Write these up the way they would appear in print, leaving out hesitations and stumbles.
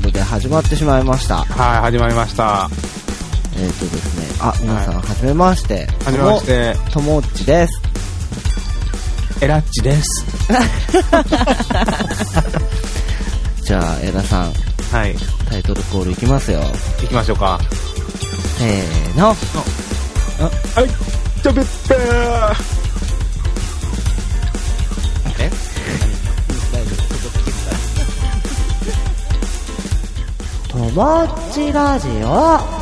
ことで始まってしまいました。 はい、始まりました。 ですね、皆さん、はじめまして。 はじめまして。 ともっちです。 エラッチです。 じゃあ、エラさん。 はい。 タイトルコールいきますよ。 いきましょうか。 せーの。はい。 ジャビッペー。 ともっちラジオ。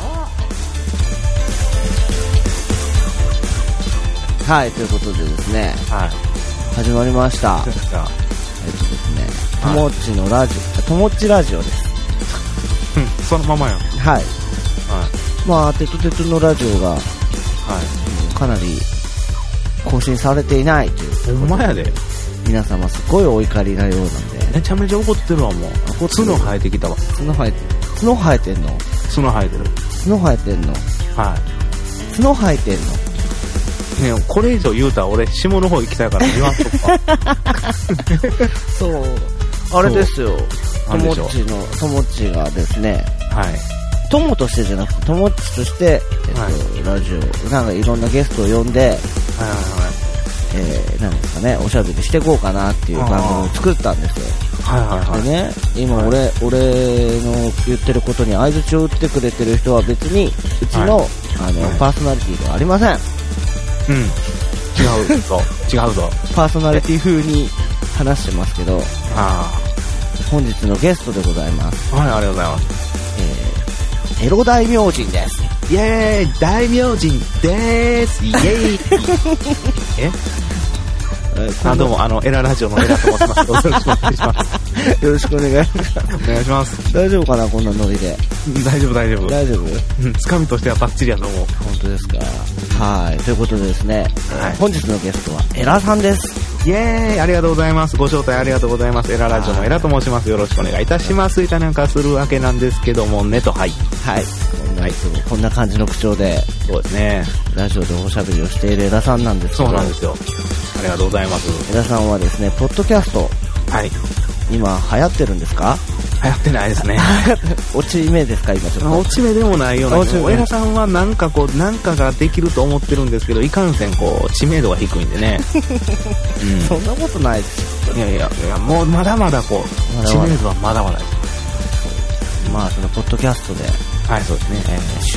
はい、ということでですね、 はい、 始まりました。 ですね、 ともっちのラジオ、ともっちラジオです。 そのままやん。はい。 はい。まあ、テトテトのラジオが、はい、かなり更新されていないという。 ほんまやで。 皆様すごいお怒りなようなんで。 めちゃめちゃ怒ってるわ、もう。角生えてきたわ。 角生えてんの？ 角生えてる。 角生えてんの？ はい。 角生えてんの？ ねえ、これ以上言うたら俺下の方行きたいから言わんとか。 そう、あれですよ。ともっちがですね、はい。友としてじゃなくて、ともっちとして、はい、ラジオ、なんかいろんなゲストを呼んで、はいはいはい。なんですかね、おしゃべりしていこうかなっていう番組を作ったんですよ。はいはいはい。でね、今俺の言ってることに相槌を打ってくれてる人は別に、うちの、はい、パーソナリティではありません。 うん。違うぞ。 パーソナリティ風に話してますけど、本日のゲストでございます。 はい、ありがとうございます。 エロ大名人です。 イェーイ、大名人でーす。イェーイ。どうも、エララジオのエラと申します。よろしくお願いします。 よろしくお願いします。 お願いします。 大丈夫かな、こんなノリで。 大丈夫。 大丈夫？ つかみとしてはバッチリやと思う。 本当ですか。はい。ということでですね、はい、本日のゲストはエラさんです。 イェーイ、ありがとうございます。ご招待ありがとうございます。エララジオのエラと申します。よろしくお願いいたします。なんかするわけなんですけどもねと、はい。はい。こんな感じの口調で、 そうですね。ラジオでおしゃべりをしているエラさんなんですけど。 そうなんですよ。ありがとうございます。 エラさんはですね、ポッドキャスト。はい。今流行ってるんですか？ 流行ってないですね。 落ち目ですか今ちょっと。 落ち目でもないような。エラさんはなんかができると思ってるんですけど、いかんせん知名度が低いんでね。 そんなことないですよ。 いやもうまだまだ知名度はまだまだです。 まあそのポッドキャストで、 はい、そうですね。 週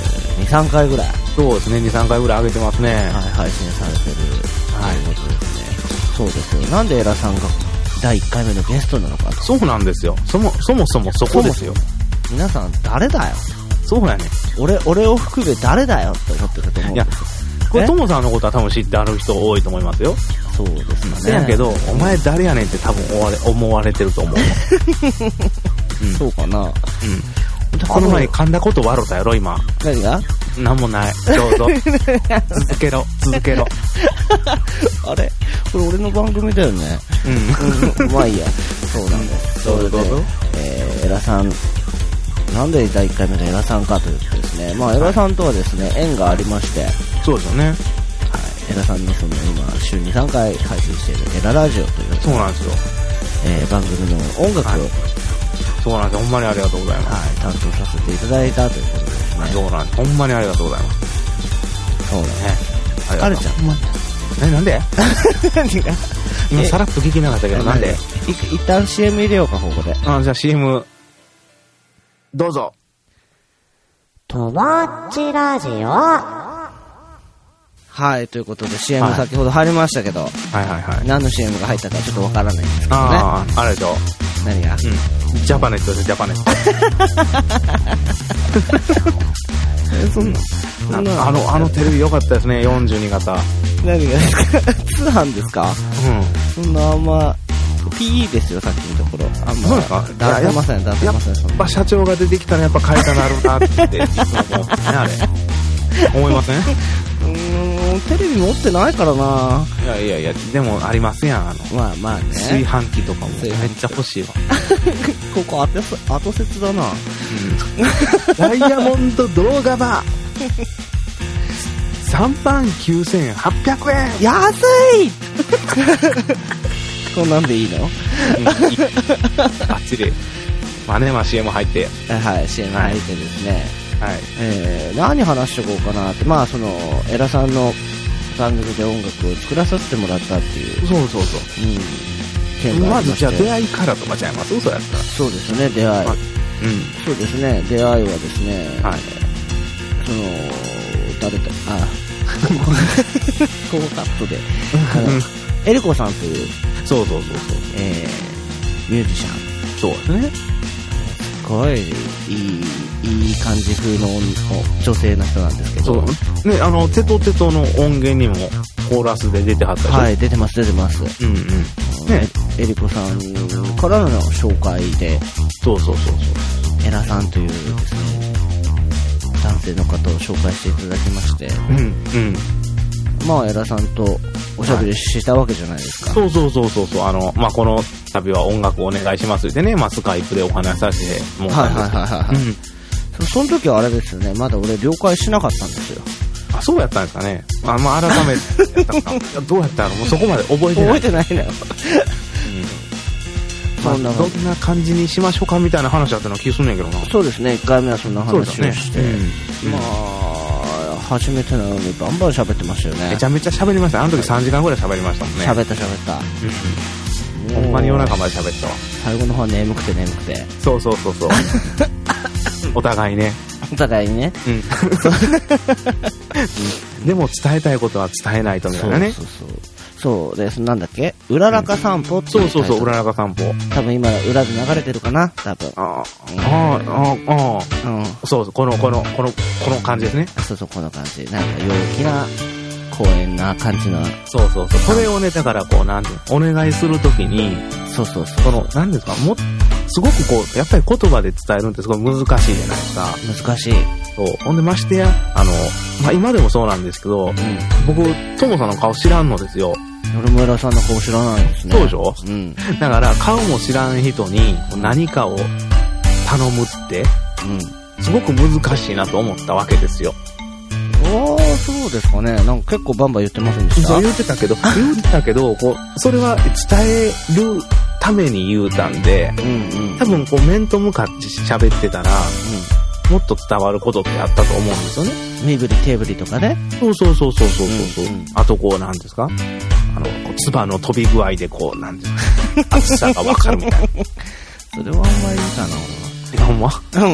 2、3回ぐらい。 そうですね、2、3回ぐらい上げてますね。 はい、配信されてる。はい、ということですね。そうですよ。なんでエラさんが第1回目のゲストなのかと。 そうなんですよ。そもそもそこですよ。 皆さん誰だよ。 そうやね。 俺を含め誰だよって思ってると思うんですよ。いや、 これトモさんのことは多分知ってある人多いと思いますよ。 そうですね。 せやけど、お前誰やねんって多分思われてると思う。 そうかな。うん。 この前噛んだこと笑ったやろ今。 何が？ なんもない。どうぞ。続けろ。 あれ？これ俺の番組だよね。うん。まあいいや。そうなんです。 どうぞ。 エラさん。なんで第1回目のエラさんかというとですね。まあエラさんとはですね、縁がありまして。 そうですよね。はい。 エラさんの今週2、3回配信しているエララジオという。 そうなんですよ。 番組の音楽を。 そうなんですよ。ほんまにありがとうございます。 はい、担当させていただいたということですね。 そうなんです。ほんまにありがとうございます。 そうだね。疲れちゃう。 なんで？何が？今さらっと聞きなかったけど、なんで？ 一旦 CM 入れようか、ここで。 じゃあ CM、どうぞ。 ともっちラジオ。 はい、ということで CM 先ほど入りましたけど、はい。何の CM が入ったかちょっとわからないんですけどね。 あれでしょ。 何が？ ジャパネットです、ジャパネット。 そんなテレビ良かったですね、42型。 何がですか？通販ですか？そんなあんま PE ですよ、さっきのところ。あんまそうですか？ 出せません。 やっぱ社長が出てきたらやっぱ会社なるなっていつも思ってね、あれ。思いません？ テレビ持ってないからな。 いや、でもありますやん。 まあね。 炊飯器とかもめっちゃ欲しいわ。 ここ後説だな。 ダイヤモンド動画バー。39,800円。 安い。こんなんでいいの？ バッチリ。 まあね、まあ CM 入って。 はい、CM 入ってですね。 はい。 何話しておこうかなって、まあその、エラさんの番組で音楽を作らさせてもらったっていう。 そうそうそう。まずじゃあ出会いからとかちゃいます？そうやったら。 そうですね、出会い。そうですね、出会いはですね、 はい。 その、誰だ、ここカットで、エリコさんという、 そう、 ミュージシャン。 そうですね。 すごいいい感じ風の女性の人なんですけど。 そう。ね、テトテトの音源にもコーラスで出てはったでしょ。 はい、出てます。ね。エリコさんからの紹介で。 そう。 エラさんというですね、男性の方を紹介していただきまして。まあ、エラさんとおしゃべりしたわけじゃないですか。 そう。まあ、この旅は音楽をお願いしますってね、まあ、スカイプでお話しさせてもらったんですけど。その時はあれですよね、まだ俺了解しなかったんですよ。 あ、そうやったんですかね。まあ、改めてやったかな。どうやったの？もうそこまで覚えてない。 覚えてないのよ。 まあ、どんな感じにしましょうかみたいな話だったの気がするんやけどな。 そうですね、1回目はそんな話をして。まあ、初めてなのにバンバン喋ってましたよね。 めちゃめちゃ喋りました。あの時3時間ぐらい喋りましたもんね。 喋った。 ほんまに夜中まで喋ったわ。 最後の方は眠くて。 そう。お互いね。でも伝えたいことは伝えないとみたいなね。 そうです。なんだっけ？うららか散歩って。 そう、うららか散歩。 多分今、裏で流れてるかな多分。 そう、この感じですね。 そう、この感じ。なんか陽気な、公園な感じの。 そう。これをね、だからこう、なんていうの、お願いするときに、 そう。 この、なんですか、すごくこう、やっぱり言葉で伝えるのってすごい難しいじゃないですか。 難しい。 そう。ほんでましてや、まあ、今でもそうなんですけど、僕、トモさんの顔知らんのですよ。 俺もエラさんの顔知らないんですね。 そうでしょ？だから、顔も知らん人に何かを頼むって、すごく難しいなと思ったわけですよ。 そうですかね。なんか結構バンバン言ってませんでした？ そう言ってたけど、こう、それは伝えるために言うたんで、多分こう面と向かって喋ってたら、もっと伝わることってあったと思うんですよね。 身振り手振りとかね。 そう。あとこう、なんですか？唾の飛び具合でこう、なんですか？厚さがわかるみたいな。 それはあんまりいいかな、 俺は。ほんま？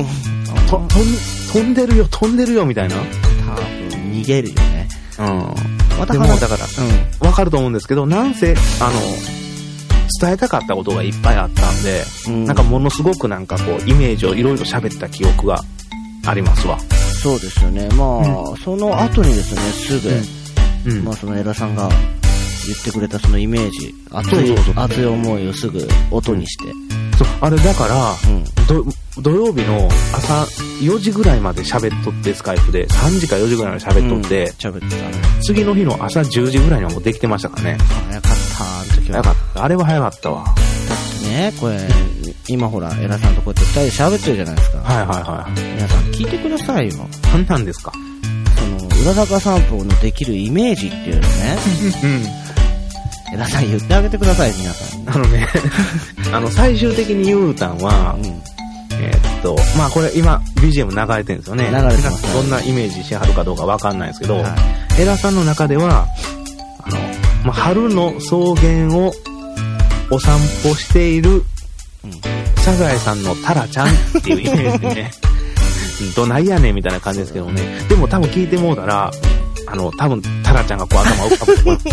飛んでるよ、みたいな。 多分、逃げるよね。 でも、だから、わかると思うんですけど、なんせ、伝えたかったことがいっぱいあったんで、なんかものすごくなんかこう、イメージをいろいろ喋った記憶がありますわ。 そうですよね。まあ、その後にですね、すぐ、まあそのエラさんが言ってくれたそのイメージ、熱い思いをすぐ音にして。 そう、あれだから、土曜日の朝4時ぐらいまで喋っとって、スカイプで、3時か4時ぐらいまで喋っとって、 喋ってたね。 次の日の朝10時ぐらいにはもうできてましたからね。 早かった、あの時は。 早かった。あれは早かったわ。 だってね、これ、今ほら、エラさんとこうやって2人で喋ってるじゃないですか。 はい。 皆さん聞いてくださいよ。 何なんですか？ その、うららか散歩のできるイメージっていうのね。エラさん言ってあげてください、皆さん。 最終的に言うたんは、まあこれ今 BGM 流れてるんですよね。 流れてます。 どんなイメージしはるかどうかわかんないですけど、エラさんの中では、まあ、春の草原をお散歩している、サザエさんのタラちゃんっていうイメージでね、どないやねんみたいな感じですけどね。でも多分聞いてもうたら、多分タラちゃんがこう頭を浮かぶと思う。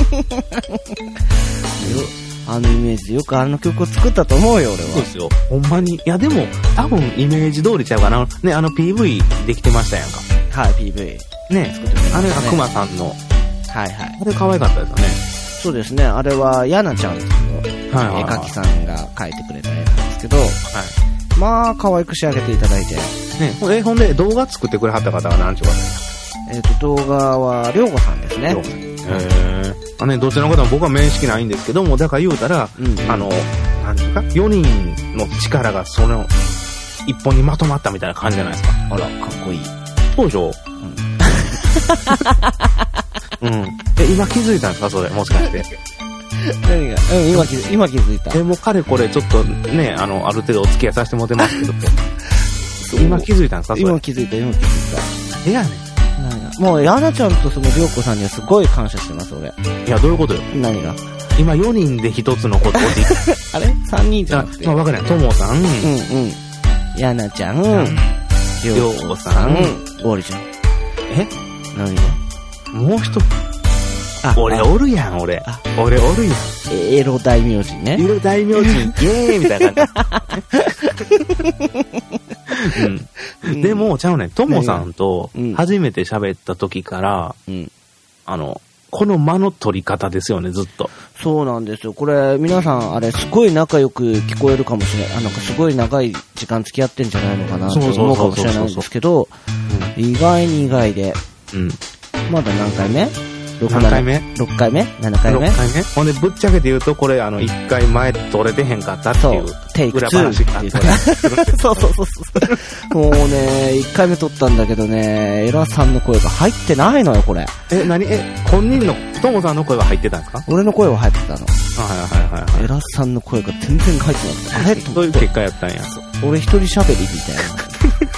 あのイメージ、よくあの曲を作ったと思うよ、俺は。 そうですよ。ほんまに。いや、でも、多分イメージ通りちゃうかな。ね、PV できてましたやんか。 はい、PV。 ね、 作ってましたね。 あれがクマさんの。 はい。 あれ可愛かったですよね。 そうですね、あれは、ヤナちゃんっていう絵描きさんが描いてくれた絵なんですけど、まあ、可愛く仕上げていただいて。 ね、ほんで、動画作ってくれはった方が何ちゅうか。 動画は、りょうごさんですね。 どちらの方も僕は面識ないんですけども、だから言うたら、なんですか、4人の力がその一本にまとまったみたいな感じじゃないですか。 あら、かっこいい。 そうでしょ？今気づいたんですか、それ、もしかして。 何が今気づいた。 もうかれこれちょっとね、ある程度お付き合いさせてもらってますけど、今気づいたんですか？ 今気づいた。 やねん。もう、ヤナちゃんとそのりょうこさんにはすごい感謝してます、俺。 いや、どういうことよ。 何が？ 今4人で1つのことをあれ ?3 人じゃなくて。 まあ、わかんない。ともさん。 ヤナちゃん。りょうこさん。オリちゃん。何が？ もう一つ。俺おるやん、俺おるやん。 エロ大名人ね。 エロ大名人、イェーイみたいな感じ。でも、ちゃうねん。ともさんと初めて喋った時から、この間の取り方ですよね、ずっと。 そうなんですよ。これ、皆さん、あれ、すごい仲良く聞こえるかもしれない。なんかすごい長い時間付き合ってんじゃないのかなと思うかもしれないんですけど、意外に意外で。まだ何回目何回目 ?6 回目 ?7 回目 ?6 回目ほんで、ぶっちゃけて言うと、これ、1回前取れてへんかったっていう。 テイク2 裏話があった。 そう。もうね、1回目撮ったんだけどね、エラさんの声が入ってないのよ、これ。 本人の、ともさんの声は入ってたんですか？ 俺の声は入ってたの。 はい。 エラさんの声が全然入ってなくて。あれそういう結果やったんや。 俺一人喋りみたいな。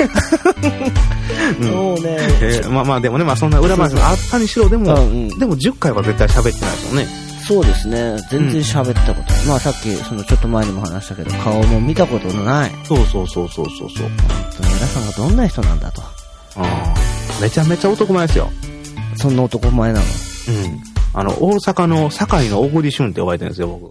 もうね。 まあでもね、そんな裏話があったにしろ、でも10回は絶対喋ってないですよね。 そうですね。全然喋ったことない。まあさっき、ちょっと前にも話したけど、顔も見たことのない。 そう。 本当にエラさんがどんな人なんだと。 めちゃめちゃ男前ですよ。 そんな男前なの？ 大阪の堺の小栗旬って呼ばれてるんですよ、僕。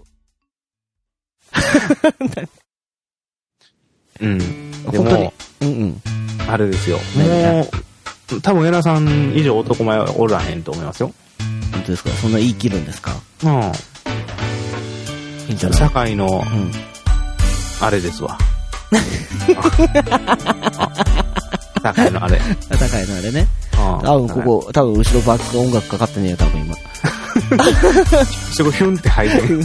でも、あれですよ。もう、多分エラさん以上男前はおらへんと思いますよ。 本当ですか？そんな言い切るんですか？いいんじゃない？ 堺の、あれですわ。堺のあれ。 堺のあれね。多分後ろバック音楽かかってねえよ、多分今。 すごいヒュンって入ってる。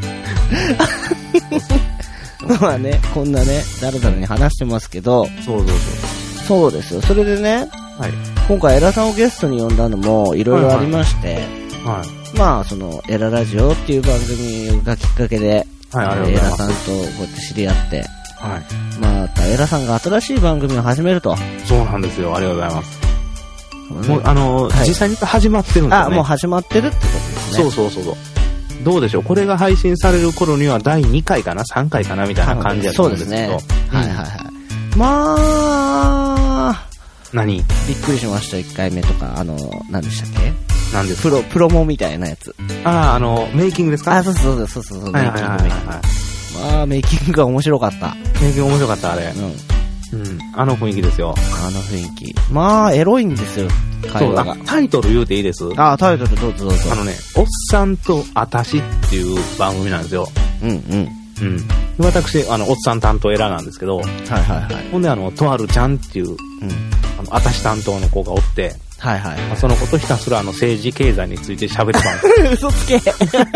まあね、こんなね、だらだらに話してますけど。そうですよ。それでね、今回エラさんをゲストに呼んだのもいろいろありまして、まあ、エララジオっていう番組がきっかけで、エラさんとこうやって知り合って、またエラさんが新しい番組を始めると。 そうなんですよ。ありがとうございます。もう実際に始まってるんですよね。 もう始まってるってことですね。 そう。どうでしょう、これが配信される頃には第2回かな3回かなみたいな感じやと思うんですけど。まあ、びっくりしました。1回目とか、何でしたっけ？ 何ですか？ プロモみたいなやつ。 メイキングですか？ そう、メイキング。まあ、メイキングが面白かった。 メイキング面白かった、あれ。あの雰囲気ですよ。 あの雰囲気。まあ、エロいんですよ、会話が。 タイトル言うていいです？ タイトルどうぞ。 おっさんとあたしっていう番組なんですよ。私、おっさん担当エラなんですけど、ほんで、とあるちゃんっていう、あたし担当の子がおって、その子とひたすら政治経済について喋ってたんです。 嘘つけ。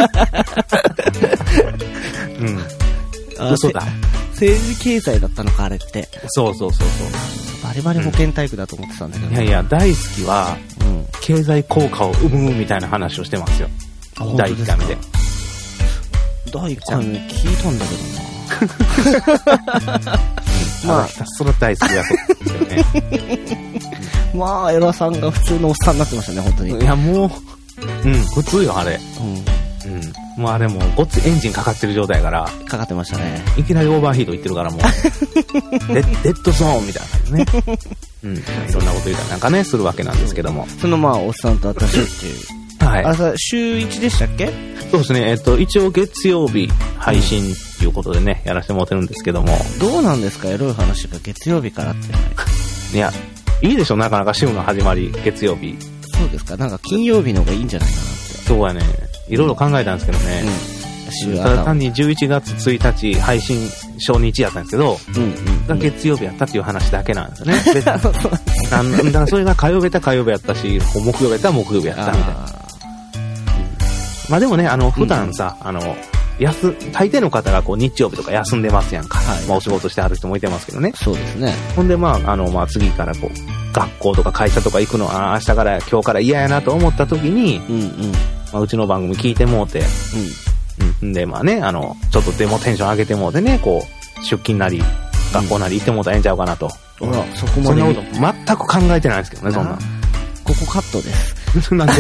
嘘だ。 政治経済だったのか、あれって。 そう。 バリバリ保健体育だと思ってたんだけど。 いや、大好きは、経済効果を生むみたいな話をしてますよ。第1回目で。 第1回目聞いたんだけどな。 まあ、ひたすら大好きだと思うんですよね。 まあ、エラさんが普通のおっさんになってましたね、本当に。 いや、もう、普通よ、あれ。もうあれもごっつエンジンかかってる状態やから。 かかってましたね。 いきなりオーバーヒートいってるからもう。デッドゾーンみたいな感じね。いろんなこと言ったりなんかね、するわけなんですけども。 まあ、おっさんと私っていう。週1でしたっけ？ そうですね。一応月曜日配信っていうことでね、やらせてもらってるんですけども。 どうなんですか？エロい話が月曜日からって。 いや、いいでしょ、なかなか週の始まり、月曜日。 そうですか。なんか金曜日の方がいいんじゃないかなって。 そうやね。いろいろ考えたんですけどね。ただ単に11月1日配信初日やったんですけど、が月曜日やったっていう話だけなんですよね。だからそれが火曜日やったら火曜日やったし、木曜日やったら木曜日やったみたいな。まあでもね、普段さ、大抵の方が日曜日とか休んでますやんか。まあお仕事してはる人もいてますけどね。 そうですね。 ほんでまあ次から学校とか会社とか行くの、明日から今日から嫌やなと思った時に、うちの番組聞いてもうて、 で、まあね、ちょっとでもテンション上げてもうてね、こう、出勤なり、学校なり行ってもうたらええんちゃうかなと。 ほら、そこまで。 そんなこと全く考えてないんですけどね、そんな。 ここカットです。 なんで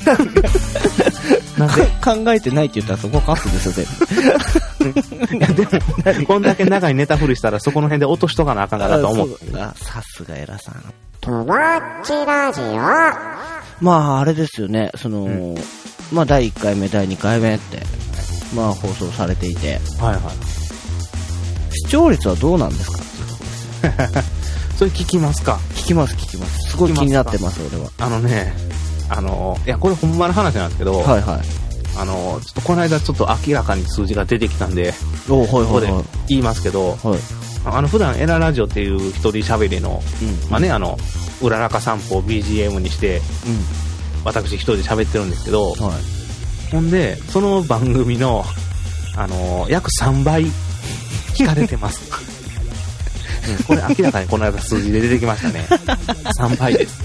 なんで考えてないって言ったらそこカットですよ、全部。 いや、でも、こんだけ長いネタ振りしたらそこの辺で落としとかなあかんかなと思う。 さすがエラさん。 ともっちラジオ。 まあ、あれですよね、まあ、第1回目、第2回目って、まあ、放送されていて。 はいはい。 視聴率はどうなんですかそれ聞きますか？ 聞きます。すごい気になってます、俺は。 いや、これほんまの話なんですけど、 はいはい。 ちょっとこの間ちょっと明らかに数字が出てきたんで、 ここで言いますけど、 はい、 普段エララジオっていう一人喋りの、まあね、うららか散歩を BGM にして、私一人で喋ってるんですけど、はい、ほんで、その番組の、約3倍聞かれてます。これ明らかにこの間数字で出てきましたね。3倍です。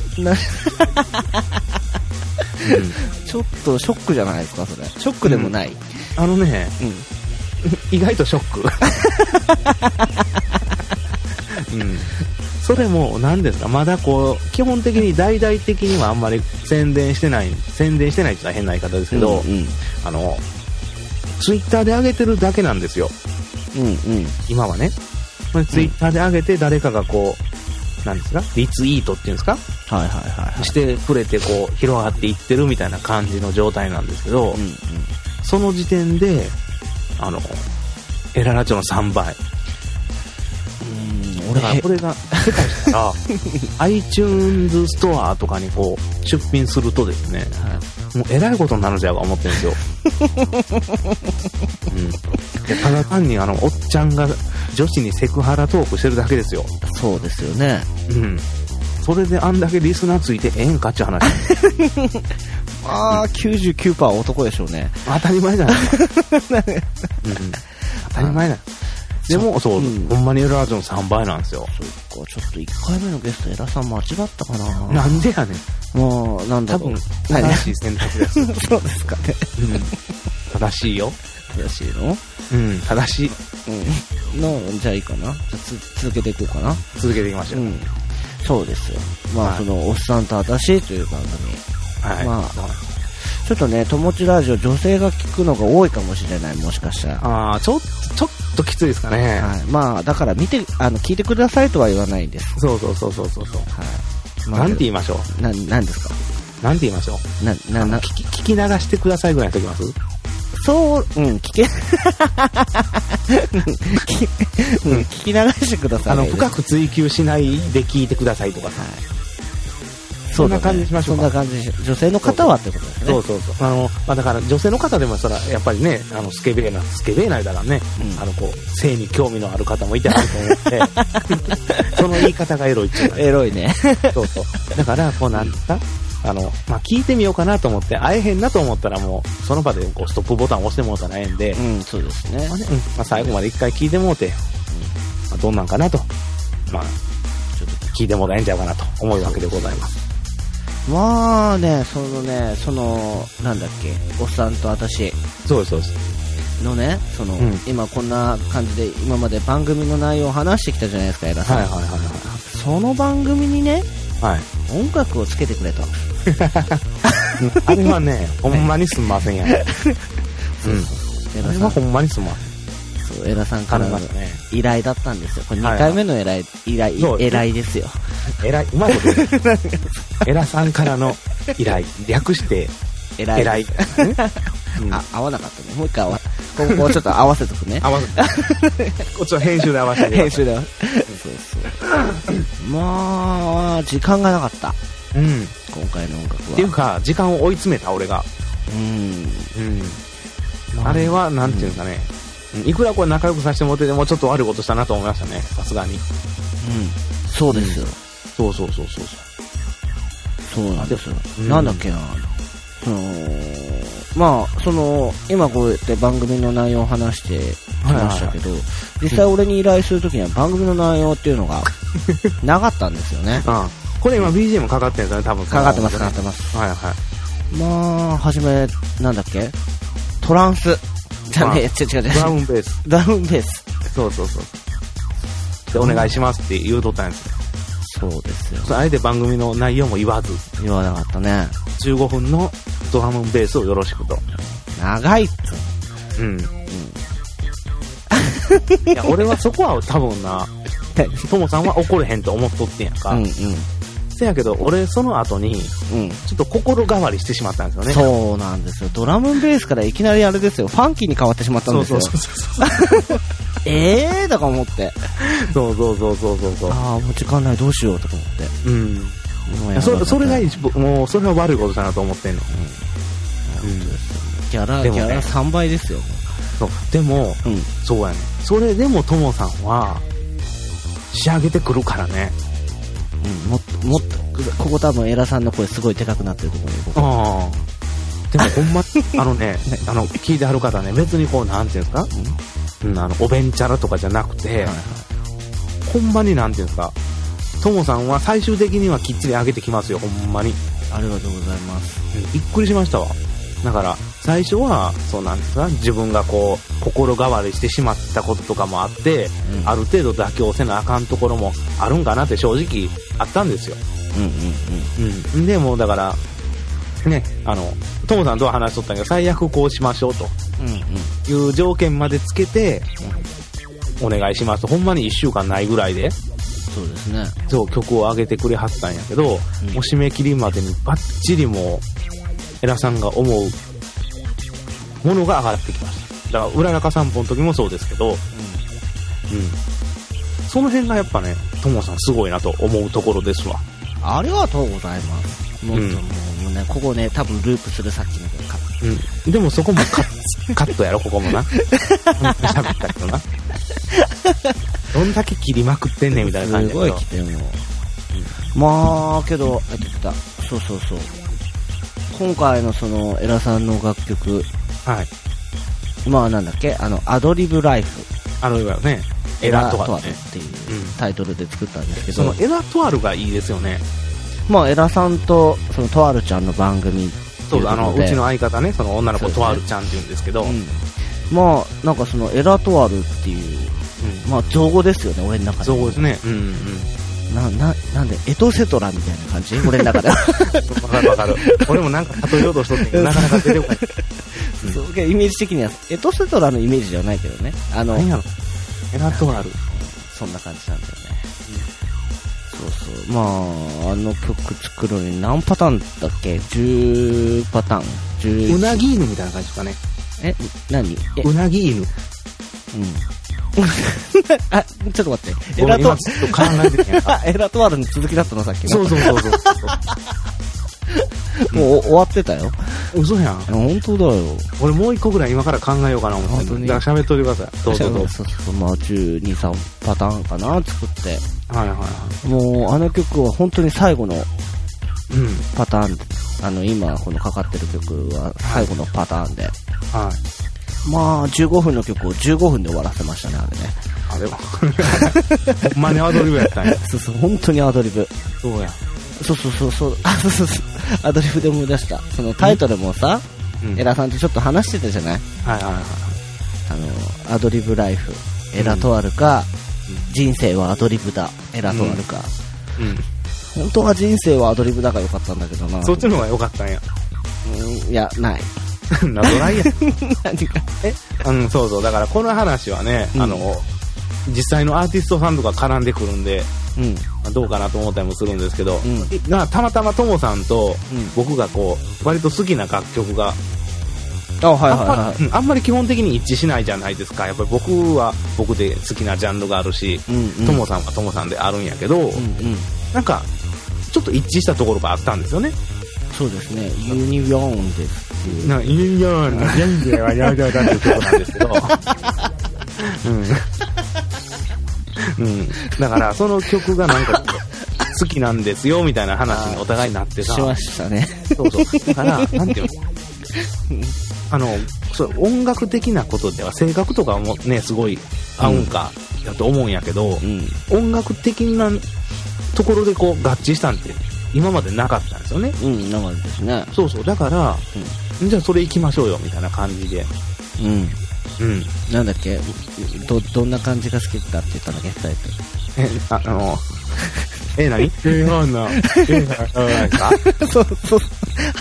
ちょっとショックじゃないですか、それ。ショックでもない。 意外とショック。それも、何ですか、まだこう、基本的に大々的にはあんまり宣伝してないっていうのは変な言い方ですけど、ツイッターで上げてるだけなんですよ。今はね。ツイッターで上げて誰かがこう、なんですか、リツイートっていうんですか、してくれてこう広がっていってるみたいな感じの状態なんですけど、その時点でエララジオの3倍。だからこれが世界したらiTunes ストアとかにこう出品するとですね、もうえらいことになるんじゃうか思ってるんですよ。ただ単におっちゃんが女子にセクハラトークしてるだけですよ。 そうですよね。 それであんだけリスナーついてええんかっちゅう話。 99% 男でしょうね。 当たり前じゃないですか。当たり前だ。でも、そう、ほんまにエララジオの3倍なんですよ。 そっか、ちょっと1回目のゲストエラさん間違ったかな。 なんでやねん。 もう、なんだろう。 正しい選択です。 そうですかね。 正しいよ。 正しいの？ 正しい。 じゃあいいかな。続けていこうかな。 続けていきましょう。 そうですよ。まあ、おっさんと私という番組。まあ、ちょっとね、ともちラジオ女性が聞くのが多いかもしれない、もしかしたら。 ちょっときついですかね。 まあ、だから聞いてくださいとは言わないんです。 そう。なんて言いましょう。 なんですか？ なんて言いましょう。聞き流してくださいぐらいにしときます？ 聞き流してください。 深く追求しないで聞いてくださいとかさ。そんな感じにしましょうか。 そんな感じに女性の方はってことですね。 そう。だから女性の方でもやっぱりね、スケベーナだからね、こう、性に興味のある方もいてはると思って、その言い方がエロいっていうか。 エロいね。 そう。だから、こうなんですか、聞いてみようかなと思って、会えへんなと思ったらもう、その場でこうストップボタンを押してもらったらええんで、 そうですね。 最後まで一回聞いてもうて、どんなんかなと、ちょっと聞いてもらえんちゃうかなと思うわけでございます。 まあね、なんだっけ、おっさんと私。 そうですのね、今こんな感じで、今まで番組の内容を話してきたじゃないですか、エラさん。その番組にね、音楽をつけてくれと。 あれはね、ほんまにすんませんやん。あれはほんまにすんません。 そう、エラさんからの依頼だったんですよ。これ2回目の依頼ですよ。 うまいこと言う。エラさんからの依頼。略して、依頼。 合わなかったね。もう一回ここちょっと合わせとくね。 合わせて。こっちは編集で合わせて。 編集で合わせて。そう。まあ、時間がなかった。今回の音楽は。 っていうか、時間を追い詰めた、俺が。あれは、なんていうんですかね。いくらこれ仲良くさせてもらってでもちょっと悪いことしたなと思いましたね、さすがに。 そうですよ。 そう。 そうなんですよ。なんだっけな。まあ、今こうやって番組の内容を話してきましたけど、実際俺に依頼するときには番組の内容っていうのがなかったんですよね。 これ今 BGM かかってるんですよね、多分。 かかってます。まあ、はじめ、なんだっけ、トランス。 じゃねえ、違う。 ドラムベース。 ドラムベース。 そう。で、お願いしますって言うとったんですよ。 そうですよ。 あえて番組の内容も言わず。 言わなかったね。 15分のドラムベースをよろしくと。 長いっつ。 いや、俺はそこは多分な、ともさんは怒れへんと思っとってんやんか。せやけど、俺その後に、ちょっと心変わりしてしまったんですよね。 そうなんですよ。ドラムベースからいきなりあれですよ、ファンキーに変わってしまったんですよ。そう。とか思って。 そう。 ああ、もう時間ない、どうしようとか思って。 それがもう、それは悪いことだなと思ってんの。 ギャラ3倍ですよ。 そう。でも、そうやね。それでもともさんは、仕上げてくるからね。 もっと、ここ多分エラさんの声すごいでかくなってると思うよ。 でもほんま、聞いてはる方ね、別にこう、なんていうんですか、おべんちゃらとかじゃなくて、ほんまになんていうんですか、ともさんは最終的にはきっちり上げてきますよ、ほんまに。 ありがとうございます。 びっくりしましたわ。だから、最初は、そうなんですか、自分がこう、心変わりしてしまったこととかもあって、ある程度妥協せなあかんところもあるんかなって正直あったんですよ。でもだから、ね、ともさんとは話しとったけど、最悪こうしましょうという条件までつけて、お願いしますと、ほんまに1週間ないぐらいで、 そうですね。 そう、曲を上げてくれはったんやけど、もう締め切りまでにバッチリもう、エラさんが思うものが上がってきました。だから、裏中散歩の時もそうですけど、その辺がやっぱね、ともさんすごいなと思うところですわ。 ありがとうございます。もうね、ここね、多分ループするさっきのか。 でもそこもカットやろ、ここもな。喋ったけどな。どんだけ切りまくってんねんみたいな感じすごい来てるの。まあ、けど、そう。今回のその、エラさんの楽曲。まあなんだっけ、アドリブライフ。 アドリブライフね。エラトワルっていうタイトルで作ったんですけど。 そのエラトワルがいいですよね。 まあ、エラさんと、そのトワルちゃんの番組。 そう、うちの相方ね、その女の子トワルちゃんって言うんですけど。 まあ、なんかそのエラトワルっていう、まあ、造語ですよね、俺の中で。 造語ですね。 なんで、エトセトラみたいな感じ俺の中で。 わかる。俺もなんか例えようとしとってけど、なかなか出てこない。 そう、イメージ的には、エトセトラのイメージじゃないけどね。 何やろ。エラトワル。 そんな感じなんだよね。そう。まあ、曲作るのに何パターンだっけ ?10 パターン。11。 うなぎ犬みたいな感じですかね。 何うなぎ犬。 あ、ちょっと待って。 エラトワル。ちょっと考えててエラトワルに続きだったのさっきの。 そう。 もう終わってたよ。 嘘やん。 本当だよ。 俺もう一個ぐらい今から考えようかな思って。 本当に。 だから喋っといてください。そう。 まあ、12、3パターンかな、作って。 はい。 もう、曲は本当に最後のパターンで、今このかかってる曲は最後のパターンで。まあ、15分の曲を15分で終わらせましたね、あれね。 ほんまにアドリブやったんや。 そう、本当にアドリブ。 そうや。 そう。アドリブで思い出した。そのタイトルもさ、エラさんとちょっと話してたじゃない？アドリブライフ。エラトワルか、人生はアドリブだ。エラトワルか。本当は人生はアドリブだからよかったんだけどな。 そっちの方がよかったんや。 いや、ない。 などないや。 何か。 そう。だからこの話はね、実際のアーティストさんとか絡んでくるんで、どうかなと思ったりもするんですけど、たまたまともさんと僕がこう割と好きな楽曲があんまり基本的に一致しないじゃないですか。やっぱり僕は僕で好きなジャンルがあるし、ともさんはともさんであるんやけど、なんかちょっと一致したところがあったんですよね。 そうですね。ユニビョンですっていう。 ユニビョンの全然はやだっていう曲なんですけど。だからその曲がなんか好きなんですよみたいな話にお互いになってさ。 しましたね。 そう。だからなんていうの、そう音楽的なことでは性格とかもねすごい合うんかだと思うんやけど、音楽的なところでこう合致したんって今までなかったんですよね。 なかったですね。 そうだから、じゃあそれ行きましょうよみたいな感じで。 うん。 なんだっけ、どんな感じが好きだって言ったんだっけ、2人と。 何そうそう。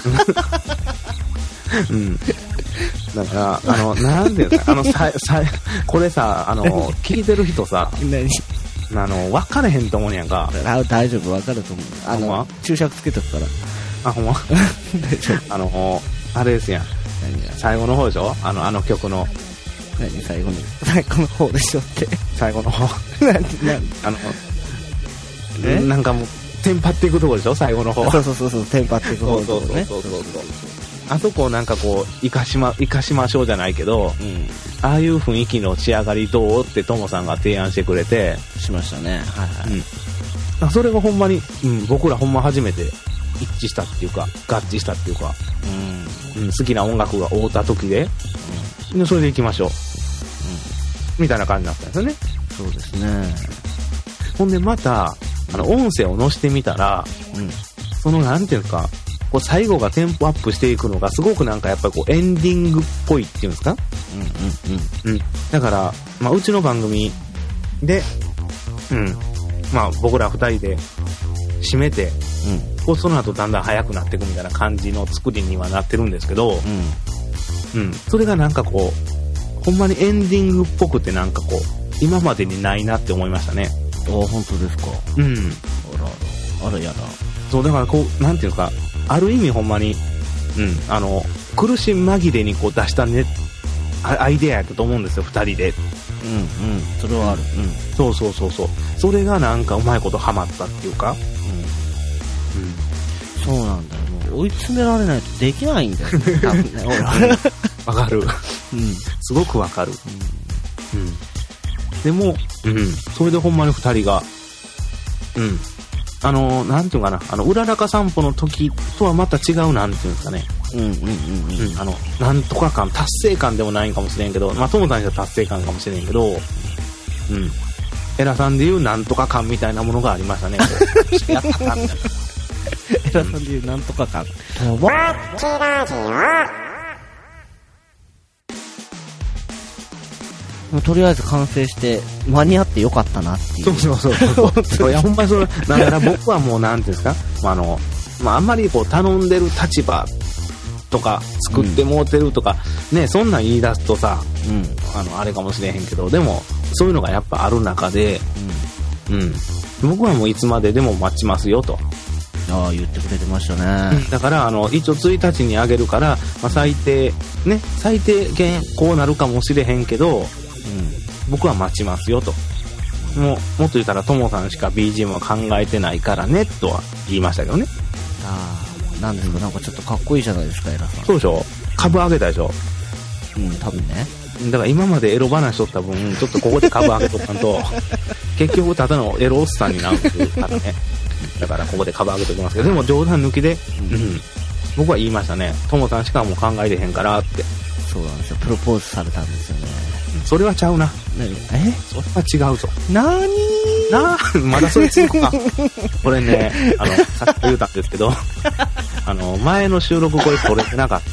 うん。だから、なんていうか、これさ、聞いてる人さ、 何分かれへんと思うねやんか。 大丈夫、分かると思う。注釈つけとくから。 あ、ほんま大丈夫。あれですやん。最後の方でしょ、あの曲の。 何最後の方でしょって。 最後の方。なんかもう、テンパっていくとこでしょ最後の方。 そう、テンパっていく方とこね。そう。 あそこをなんかこう、生かしましょうじゃないけど、ああいう雰囲気の仕上がりどうってトモさんが提案してくれて。 しましたね。はい。 それがほんまに、僕らほんま初めて一致したっていうか、合致したっていうか、好きな音楽が合うた時で、それで行きましょう。みたいな感じになったんですよね。 そうですね。 ほんでまた、音声を載せてみたら、そのなんていうか、こう最後がテンポアップしていくのがすごくなんかやっぱりこうエンディングっぽいっていうんですか。だから、まあうちの番組で、まあ僕ら二人で締めて、その後だんだん速くなっていくみたいな感じの作りにはなってるんですけど、それがなんかこう、ほんまにエンディングっぽくてなんかこう、今までにないなって思いましたね。 あ、本当ですか。あらやだ。 そう、だからこう、なんていうか、ある意味ほんまに、苦し紛れにこう出したね、アイデアやったと思うんですよ、二人で。 それはある。 そう。それがなんかうまいことハマったっていうか。 そうなんだよ。もう追い詰められないとできないんだよね、多分ね、俺は。 わかる。すごくわかる。でも、それでほんまに二人が、なんていうかな、うららか散歩の時とはまた違う、なんていうんですかね。なんとか感、達成感でもないんかもしれんけど、まあ、ともさんには達成感かもしれんけど、エラさんでいうなんとか感みたいなものがありましたね。やったかみたいな。 エラさんでいうなんとか感。 とぼっちラジオ。とりあえず完成して間に合ってよかったなっていう。 そう。いや、ほんまにそれ、だから僕はもうなんていうんですか、あんまりこう頼んでる立場とか作ってもうてるとか、ね、そんなん言い出すとさ、あれかもしれへんけど、でもそういうのがやっぱある中で、僕はもういつまででも待ちますよと。 ああ、言ってくれてましたね。 だから一応1日にあげるから、最低限こうなるかもしれへんけど、僕は待ちますよと。もっと言ったらともさんしか BGM は考えてないからねとは言いましたけどね。 なんですか、なんかちょっとかっこいいじゃないですか、エラさん。 そうでしょ、株上げたでしょ。 多分ね。 だから今までエロ話しとった分、ちょっとここで株上げとかんと結局ただのエロおっさんになるからね。だからここで株上げときますけど、でも冗談抜きで、僕は言いましたね。ともさんしかもう考えれへんからって。 そうなんですよ、プロポーズされたんですよね。 それはちゃうな。 何？ それは違うぞ。 まだそれ続くか。これね、さっき言うたんですけど、前の収録これ撮れてなかった。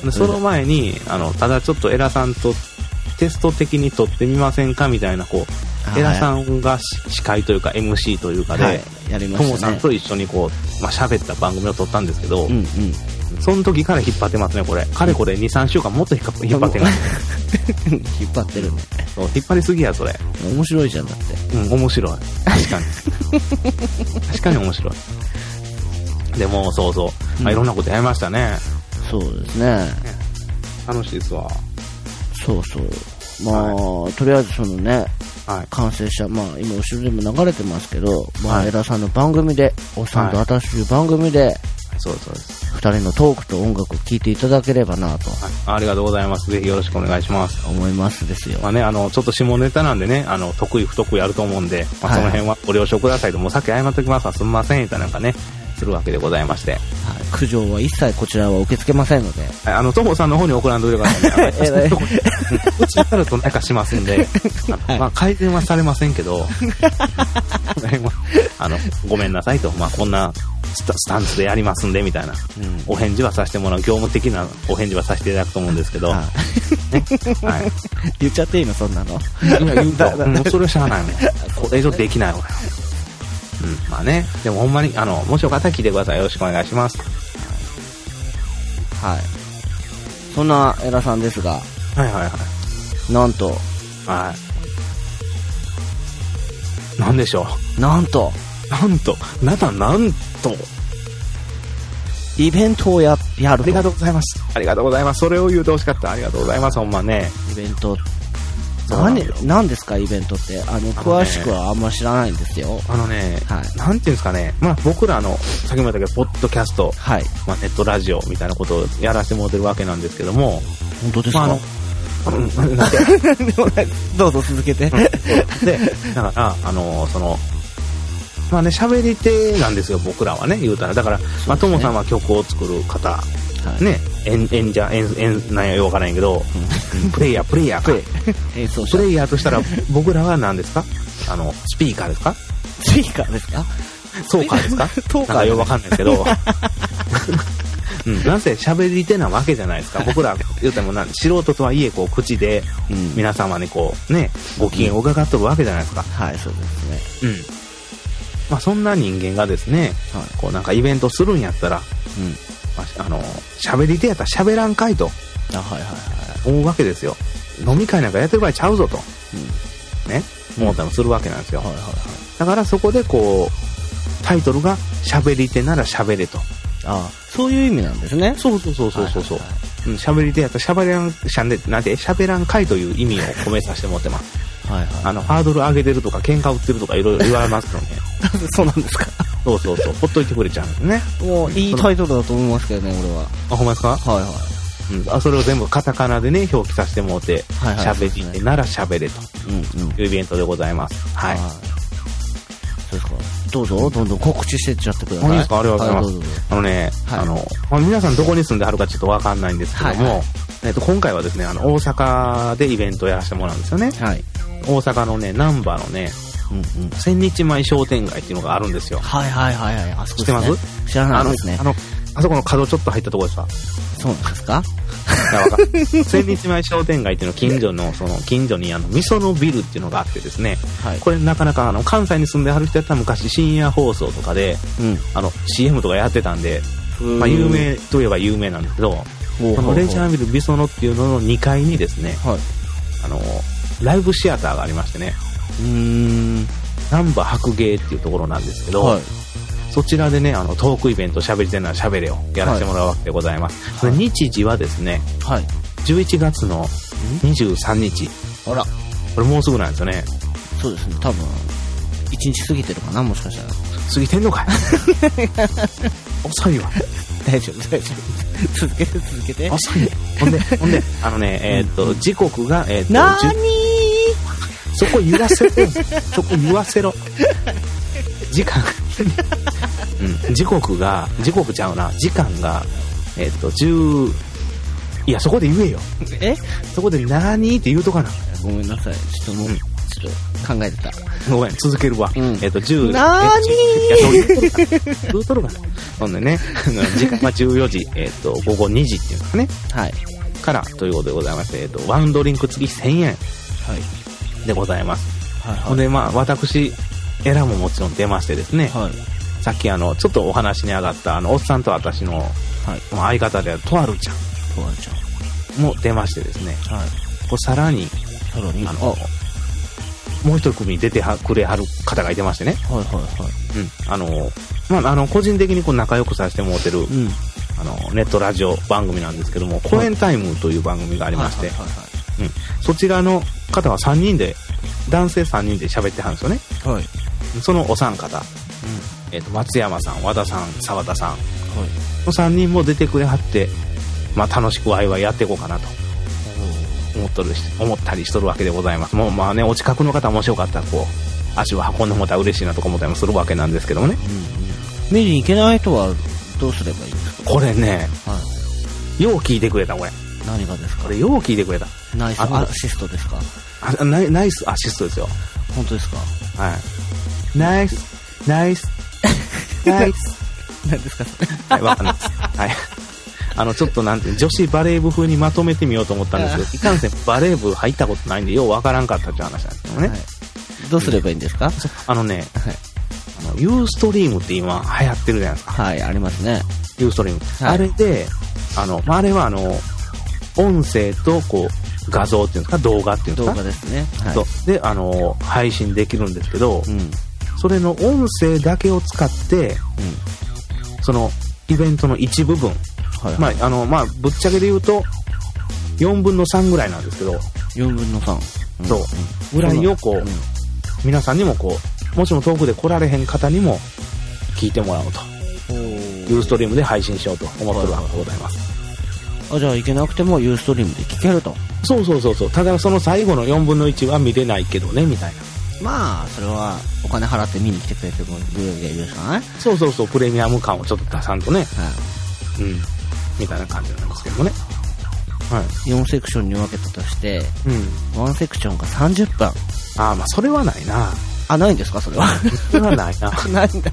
その前に、ただちょっとエラさんとテスト的に撮ってみませんかみたいな、こう、エラさんが司会というか MC というかで、 やりましたね。 ともさんと一緒にこう、喋った番組を撮ったんですけど、その時から引っ張ってますね、これ。かれこれ2、3週間もっと引っ張ってない。 引っ張ってるね。 そう、引っ張りすぎや、それ。 面白いじゃん、だって。 面白い。確かに。確かに面白い。でも、そうそう。いろんなことやりましたね。 そうですね。 楽しいですわ。 そう。とりあえずそのね、完成した、今後ろでも流れてますけど、エラさんの番組で、おっさんと私という番組で、 そうです。 二人のトークと音楽を聴いていただければなと。 ありがとうございます。ぜひよろしくお願いします。 思いますですよ。 ちょっと下ネタなんでね、得意不得意あると思うんで、その辺はご了承くださいと、もうさっき謝っときますわ、すみません、みたいななんかね、するわけでございまして。 苦情は一切こちらは受け付けませんので。 ともさんの方に送らんといてくださいね。うちになるとなんかしますんで、改善はされませんけど、ごめんなさいと、こんなスタンツでやりますんでみたいな、お返事はさせてもらう、業務的なお返事はさせていただくと思うんですけど、はい、 言っちゃっていいのそんなの。 いや言うともうそれはしゃあないもん。これ以上できないわよ。まあね、でもほんまにもしよかったら聞いてください。よろしくお願いします。 はい。そんなエラさんですが、 はいはいはい。 なんと、 はい。なんでしょう。なんと、イベントをやると。 ありがとうございます。ありがとうございます。それを言うてほしかった。ありがとうございます。ほんまね。 イベント。何ですかイベントって。詳しくはあんま知らないんですよ。 はい、なんていうんですかね。まあ僕ら先も言ったけど、ポッドキャスト、はい、まあネットラジオみたいなことをやらせてもらってるわけなんですけども。 本当ですか？どうぞ続けて。で、 だから、まあね、喋り手なんですよ、僕らはね、言うたら。だから、まあ、ともさんは曲を作る方、ね、演者、なんやよくわからんけど、プレイヤーとしたら、僕らは何ですか？スピーカーですか？ スピーカーですか？ トーカーですか？ トーカーなんかよくわかんないですけど、なんせ喋り手なわけじゃないですか。僕ら言うても素人とはいえ口で皆様にねご機嫌を伺っとるわけじゃないですか。 はい、そうですね。 まあそんな人間がですね、なんかイベントするんやったら、喋り手やったら喋らんかいと思うわけですよ。飲み会なんかやってる場合ちゃうぞとね思ったりもするわけなんですよ。だからそこでタイトルが喋り手なら喋れと。 そういう意味なんですね。 そう。喋り手やったら喋らんかいという意味を込めさせてもらってます。ハードル上げてるとか喧嘩売ってるとかいろいろ言われますけどね。 そうなんですか。 そうほっといてくれちゃうんですね。 もういいタイトルだと思いますけどね、俺は。 ほんまですか？ はい。 それを全部カタカナでね表記させてもらって喋り手なら喋れというイベントでございます。はい。 そうですか。どうぞどんどん告知してっちゃってください。 いいですか？ありがとうございます。皆さんどこに住んではるかちょっとわかんないんですけども、今回はですね大阪でイベントをやらせてもらうんですよね。はい。大阪のね難波のね千日前商店街っていうのがあるんですよ。 はい。あそこ知ってます？ 知らないですね。 あそこの角ちょっと入ったところですか？ そうなんですか？ 千日前商店街っていうの近所にみそのビルっていうのがあってですね、これなかなか関西に住んではる人やったら昔深夜放送とかで、CM とかやってたんで、まあ有名といえば有名なんですけど、このレジャービルみそのっていうのの2階にですね、ライブシアターがありましてね、難波白芸っていうところなんですけど、そちらでねトークイベント喋り手なら喋れをやらせてもらうわけでございます。それ日時はですね、11月の23日。 あら、 これもうすぐなんですよね。 そうですね、多分1日過ぎてるかな、もしかしたら。 過ぎてんのかい。遅いわ。 大丈夫続けて遅いね。ほんで時刻がなーにーそこ言わせろ時間時間が10いやそこで言えよ。そこで何って言うとかな。 ごめんなさい、ちょっと考えてた。 ごめん、続けるわ。10 なーにー言うとるかな。ほんでね時間は14時午後2時っていうのかね、からということでございまして、ワンドリンク付き1000円でございます。ほんで私エラももちろん出ましてですね、さっきちょっとお話に上がったおっさんと私の相方であるとあるちゃんも出ましてですね、さらにもう一組出てくれはる方がいてましてね、個人的に仲良くさせてもらってる、ネットラジオ番組なんですけども、公演タイムという番組がありまして、そちらの方は3人で男性3人で喋ってはるんですよね。そのお三方、松山さん、和田さん、沢田さんの3人も出てくれはって、楽しくワイワイやっていこうかなと思ったりしとるわけでございます。もうお近くの方もしよかったら足を運んでもらったら嬉しいなとか思ったりもするわけなんですけどもね。 見に行けない人はどうすればいいですか？ これね、よう聞いてくれた。これ何がですか？ これよう聞いてくれた。 ナイスアシストですか？ ナイスアシストですよ。 本当ですか？ ナイス何ですかそれ。 はい、わかんないです。はい。ちょっとなんて、女子バレー部風にまとめてみようと思ったんですけど、いかんせんバレー部入ったことないんで、ようわからんかったっていう話なんですけどね。はい、 どうすればいいんですか？ ユーストリームって今流行ってるじゃないですか。 はい、ありますね。 ユーストリーム。はい、あれで、あれは音声とこう、画像っていうんですか、動画っていうんですか。 動画ですね。 はい、で、配信できるんですけど、それの音声だけを使って、そのイベントの一部分、ぶっちゃけで言うと4分の3ぐらいなんですけど、 4分の3、 そうぐらいをこう、皆さんにもこう、もちろん遠くで来られへん方にも聞いてもらおうと、ユーストリームで配信しようと思ってるわけでございます。 じゃあ行けなくてもユーストリームで聞けると。 そう。ただその最後の4分の1は見れないけどねみたいな。 まあそれはお金払って見に来てくれてる分がいるじゃない。 そうプレミアム感をちょっと出さんとね、みたいな感じなんですけどもね。はい。 4セクションに分けたとして、1セクションが30分。 まあそれはないな。 ないんですかそれは。 それはないな。 ないんだ。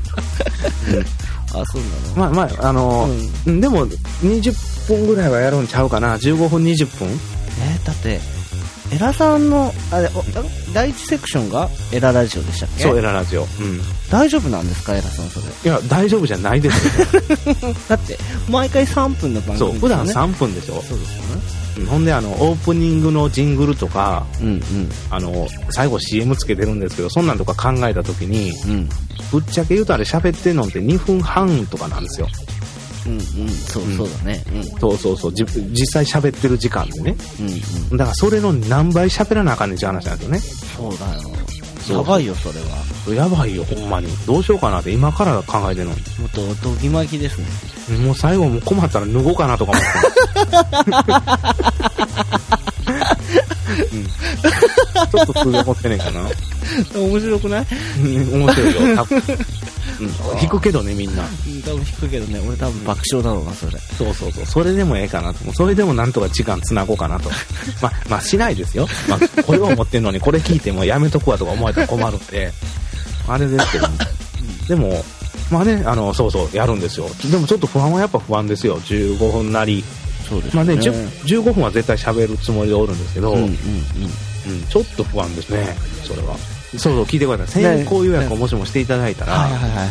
そうなの。でも20分ぐらいはやるんちゃうかな。15分20分。 だってエラさんの第1セクションがエララジオでしたっけ？ そう、エララジオ。 大丈夫なんですかエラさんそれ？ いや大丈夫じゃないですよ。 だって毎回3分の番組ですよね。そう、 普段3分でしょ。 そうですよね。 ほんでオープニングのジングルとか、最後 CM つけてるんですけど、そんなんとか考えた時に、ぶっちゃけ言うとあれ喋ってんのって2分半とかなんですよ。 そうだね。 そう実際喋ってる時間でね。だからそれの何倍喋らなあかんねんって話なんですよね。 そうだよ。やばいよそれは。 やばいよほんまに。どうしようかなって今から考えてるのに。 もっとドギマギですね。 もう最後も困ったら脱ごうかなとか思ってちょっと通常持ってねえかな。 面白くない？ 面白いよ多分。引くけどねみんな。 多分引くけどね。俺多分爆笑だろうなそれ。 そうそれでもええかなと。それでもなんとか時間つなごうかなと。まあしないですよ。これを持ってんのにこれ聞いてもやめとくわとか思われたら困るんであれですけど、でもそうやるんですよ。でもちょっと不安はやっぱ不安ですよ。15分なり。 そうですね。 15分は絶対喋るつもりでおるんですけど、ちょっと不安ですねそれは。そう聞いてください。先行予約をもしもしていただいたら、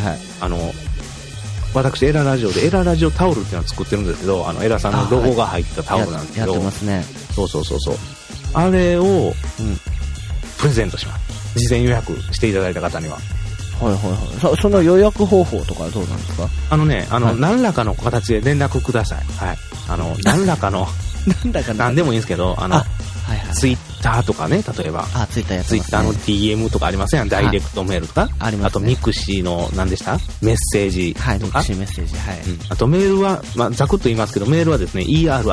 私エララジオでエララジオタオルっていうのを作ってるんですけど、エラさんのロゴが入ったタオルなんですけど、 やってますね。 そうあれをプレゼントします。事前予約していただいた方には。 その予約方法とかはどうなんですか？ 何らかの形で連絡ください。はい。何らかの何でもいいんですけど、ツイッターとかね、例えばツイッターやってますね。 ツイッターの DM とかありません？ダイレクトメールとか、あとミクシーの何でした？メッセージとか。 ミクシーメッセージ。 あとメールはざくっと言いますけど、メールはですね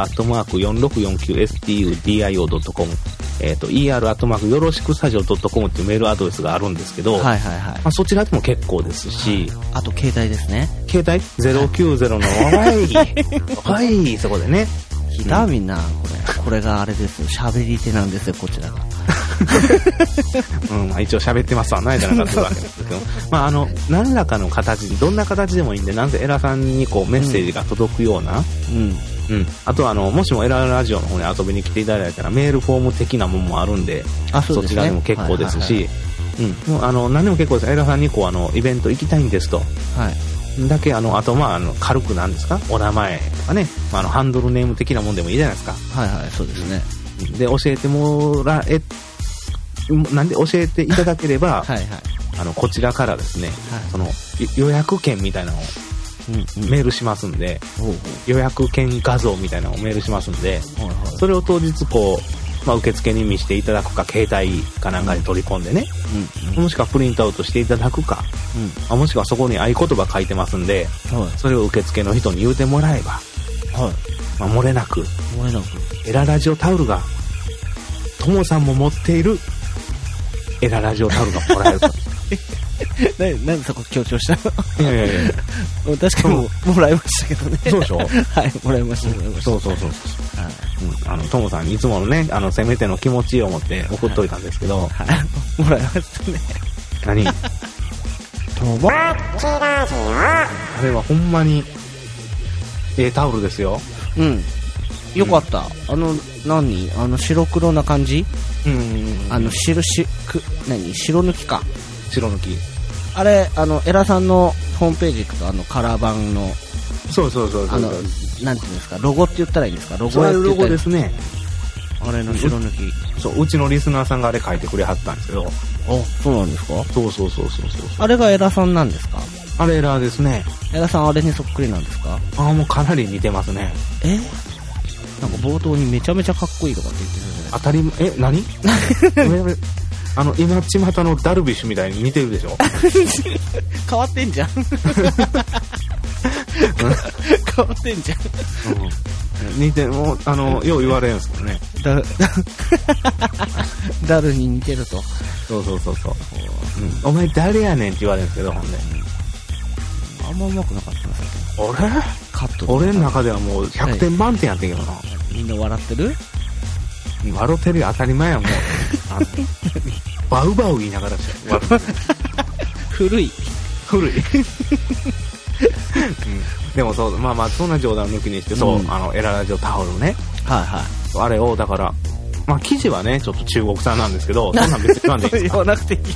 er@4649studio.com er@ よろしくスタジオ .com っていうメールアドレスがあるんですけど、そちらでも結構ですし、 あと携帯ですね。 携帯090のおいそこでね。 聞いた？みんなこれがあれですよ。喋り手なんですよこちらが。 一応喋ってますわないじゃなかったわけなんですけど、何らかの形、どんな形でもいいんで、なんせエラさんにこうメッセージが届くような、あとはもしもエララジオの方に遊びに来ていただいたらメールフォーム的なものもあるんで、そちらでも結構ですし、何でも結構です。エラさんにこうイベント行きたいんですと。だけあと軽くなんですか、お名前とかね、ハンドルネーム的なもんでもいいじゃないですか。 そうですね。 で教えてもらえなんで教えていただければこちらからですね、その予約券みたいなのをメールしますんで、予約券画像みたいなのをメールしますんで、それを当日こう、受付に見せていただくか、携帯かなんかに取り込んでね、もしくはプリントアウトしていただくか、もしくはそこに合言葉書いてますんで、それを受付の人に言うてもらえば、漏れなくエララジオタオルがともさんも持っているエララジオタオルがもらえると。 なんでそこ強調したの？ いや確かにもらいましたけどね。 そうでしょ？ もらいました。 そうトモさんにいつものね、せめての気持ちを持って送っといたんですけど、 もらいましたね。 何？ ともっちラジオ。 あれはほんまにタオルですよ。 うん。よかった。白黒な感じ？白抜きか。 白抜き。 あれ、エラさんのホームページ行くと、カラー版の、 そう。 なんていうんですか、ロゴって言ったらいいんですか？ロゴですね。 あれの白抜き。 そう、うちのリスナーさんがあれ書いてくれはったんですけど。 あ、そうなんですか？ そう。 あれがエラさんなんですか？ あれエラですね。 エラさんあれにそっくりなんですか？ もうかなり似てますね。 なんか冒頭にめちゃめちゃかっこいいとかって言ってるじゃないですか。 何今巷のダルビッシュみたいに似てるでしょ。 変わってんじゃん。変わってんじゃん。 似て、もうよう言われるんですけどね。 ダルに似てると。 そう。お前誰やねんって言われるんですけど、ほんで。 あんまうまくなかったな、さっき。カット。 俺の中ではもう100点満点やってんけどな。 みんな笑ってる？ 笑ってるよ、当たり前やもん。バウバウ言いながら笑ってる。 古い。 でもそう、まあそんな冗談抜きにして、そう、エララジオタオルね。 はい。 あれを、だから、まあ生地はね、ちょっと中国産なんですけど、そんなん別に言わんでいいですか？ 言わなくていい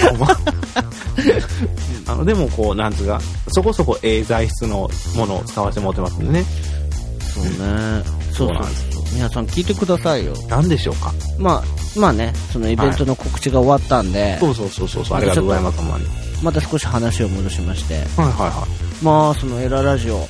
よ。でもこう、なんつうか、そこそこ材質のものを使わせてもらってますんでね。 そうね。そうなんですよ。皆さん聞いてくださいよ。 何でしょうか？ まあね、そのイベントの告知が終わったんで。 そう。ありがとうございます、ほんまに。 また少し話を戻しまして。 はい。 まあ、そのエララジオ。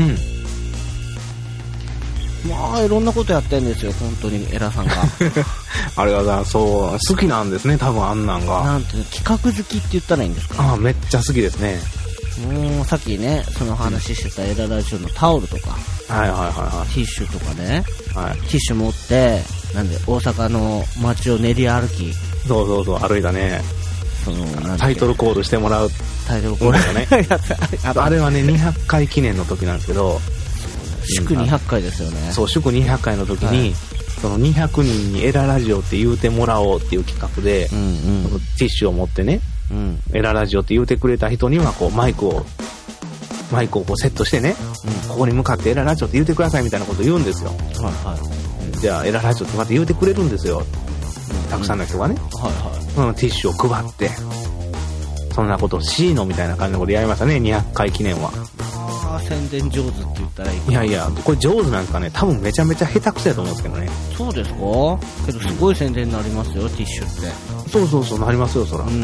まあ、いろんなことやってんですよ、本当にエラさんが。 あれがそう、好きなんですね、多分あんなんが。 なんていうの、企画好きって言ったらいいんですか？ めっちゃ好きですね。 もう、さっきね、その話してたエララジオのタオルとか。ティッシュとかね。ティッシュ持って、大阪の街を練り歩き。 そう、歩いたね。タイトルコールしてもらう。 タイトルコールね。 あれはね、200回記念の時なんですけど。 祝200回ですよね。 そう、祝200回の時に、その200人にエララジオって言うてもらおうっていう企画で、ティッシュを持ってね、エララジオって言うてくれた人にはこうマイクをこうセットしてね、ここに向かってエララジオって言うてくださいみたいなことを言うんですよ。じゃあエララジオってまた言うてくれるんですよ。たくさんの人がね、ティッシュを配って、そんなことをしーのみたいな感じのことやりましたね、200回記念は。 宣伝上手って言ったらいいか。 いや、これ上手なんですかね。多分めちゃめちゃ下手くそやと思うんですけどね。 そうですか？けどすごい宣伝になりますよ、ティッシュって。 そう、なりますよ、そら。 なん